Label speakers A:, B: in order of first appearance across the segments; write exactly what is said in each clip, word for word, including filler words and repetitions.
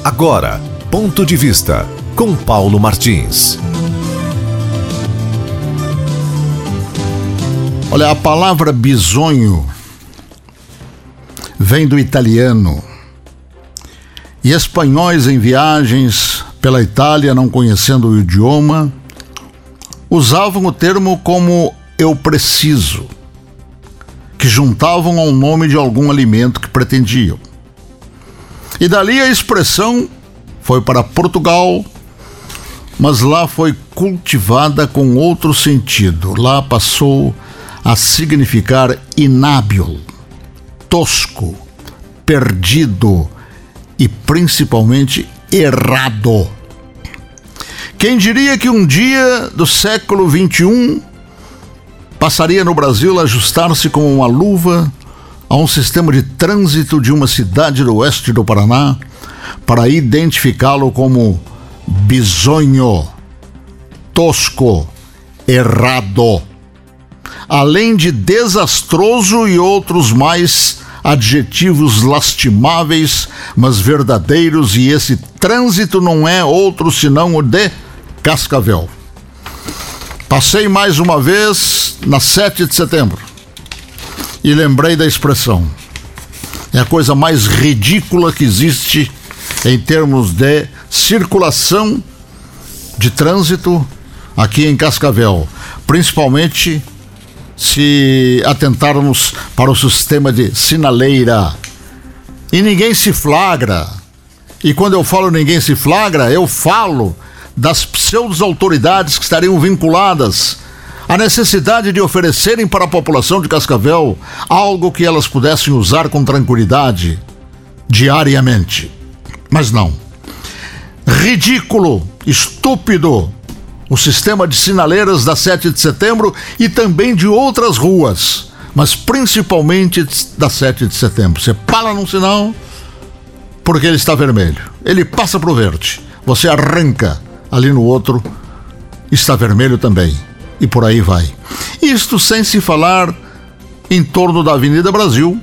A: Agora, Ponto de Vista, com Paulo Martins.
B: Olha, a palavra bisonho vem do italiano. E espanhóis em viagens pela Itália, não conhecendo o idioma, usavam o termo como eu preciso, que juntavam ao nome de algum alimento que pretendiam. E dali a expressão foi para Portugal, mas lá foi cultivada com outro sentido. Lá passou a significar inábil, tosco, perdido e principalmente errado. Quem diria que um dia do século vinte e um passaria no Brasil a ajustar-se como uma luva a um sistema de trânsito de uma cidade do oeste do Paraná para identificá-lo como bisonho, tosco, errado, além de desastroso e outros mais adjetivos lastimáveis, mas verdadeiros, e esse trânsito não é outro senão o de Cascavel. Passei mais uma vez na sete de setembro e lembrei da expressão. É a coisa mais ridícula que existe em termos de circulação de trânsito aqui em Cascavel, principalmente se atentarmos para o sistema de sinaleira. E ninguém se flagra. E quando eu falo ninguém se flagra, eu falo das pseudo-autoridades que estariam vinculadas à necessidade de oferecerem para a população de Cascavel algo que elas pudessem usar com tranquilidade diariamente. Mas não. Ridículo, estúpido, o sistema de sinaleiras da sete de setembro e também de outras ruas, mas principalmente da sete de setembro. Você para num sinal porque ele está vermelho. Ele passa para o verde. Você arranca ali no outro, está vermelho também. E por aí vai. Isto sem se falar em torno da Avenida Brasil.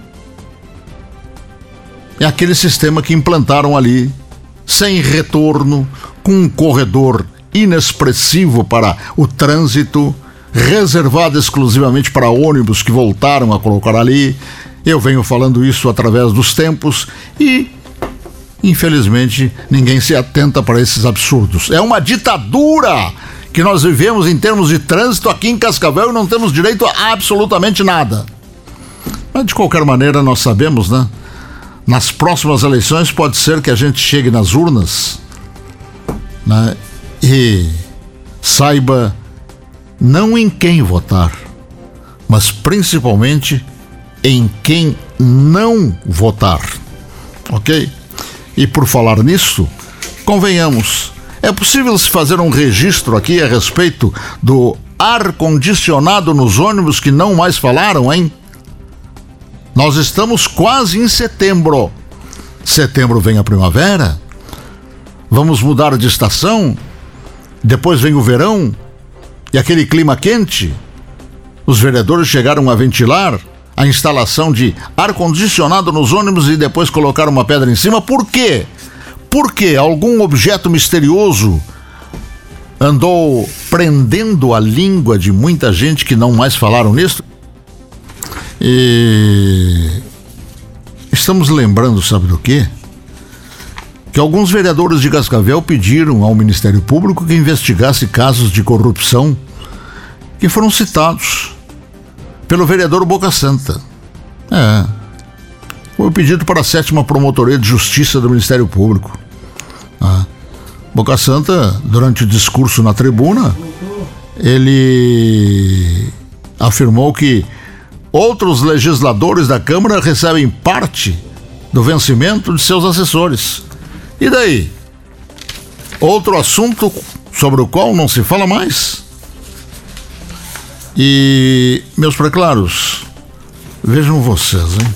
B: É aquele sistema que implantaram ali, sem retorno, com um corredor inexpressivo para o trânsito, reservado exclusivamente para ônibus que voltaram a colocar ali. Eu venho falando isso através dos tempos e, infelizmente, ninguém se atenta para esses absurdos. É uma ditadura que nós vivemos em termos de trânsito aqui em Cascavel e não temos direito a absolutamente nada. Mas, de qualquer maneira, nós sabemos, né? Nas próximas eleições pode ser que a gente chegue nas urnas, né? E saiba não em quem votar, mas principalmente em quem não votar, ok? E por falar nisso, convenhamos, é possível se fazer um registro aqui a respeito do ar-condicionado nos ônibus que não mais falaram, hein? Nós estamos quase em setembro. Setembro vem a primavera. Vamos mudar de estação. Depois vem o verão e aquele clima quente. Os vereadores chegaram a ventilar a instalação de ar-condicionado nos ônibus e depois colocar uma pedra em cima. Por quê? Porque algum objeto misterioso andou prendendo a língua de muita gente que não mais falaram nisso. E estamos lembrando, sabe do quê? Que alguns vereadores de Cascavel pediram ao Ministério Público que investigasse casos de corrupção que foram citados pelo vereador Boca Santa. É. Foi pedido para a sétima Promotoria de Justiça do Ministério Público. Ah. Boca Santa, durante o discurso na tribuna, ele afirmou que outros legisladores da Câmara recebem parte do vencimento de seus assessores. E daí? Outro assunto sobre o qual não se fala mais. E, meus preclaros, vejam vocês, hein?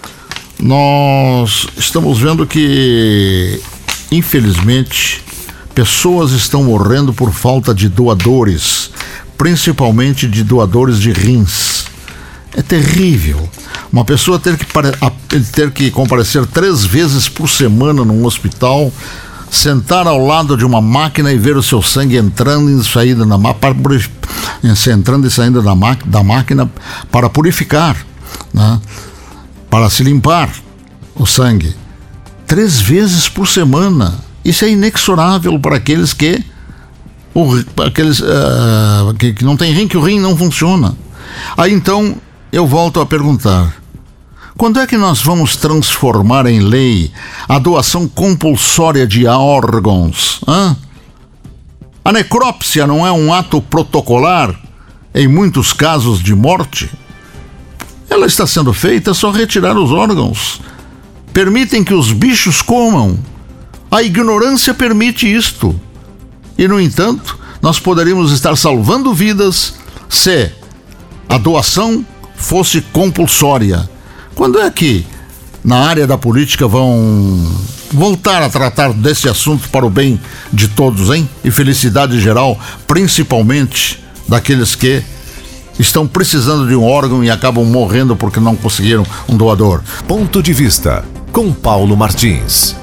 B: Nós estamos vendo que, infelizmente, pessoas estão morrendo por falta de doadores, principalmente de doadores de rins. É terrível. Uma pessoa ter que, ter que comparecer três vezes por semana num hospital, sentar ao lado de uma máquina e ver o seu sangue entrando e saindo na máquina, entrando e saindo da, da máquina para purificar, né? Para se limpar o sangue. Três vezes por semana. Isso é inexorável para aqueles que, o, aqueles, uh, que, que não tem rim, que o rim não funciona. Aí então eu volto a perguntar: quando é que nós vamos transformar em lei a doação compulsória de órgãos? Hã? A necrópsia não é um ato protocolar em muitos casos de morte? Ela está sendo feita, é só retirar os órgãos. Permitem que os bichos comam. A ignorância permite isto. E, no entanto, nós poderíamos estar salvando vidas se a doação fosse compulsória. Quando é que, na área da política, vão voltar a tratar desse assunto para o bem de todos, hein? E felicidade geral, principalmente daqueles que estão precisando de um órgão e acabam morrendo porque não conseguiram um doador.
A: Ponto de Vista, com Paulo Martins.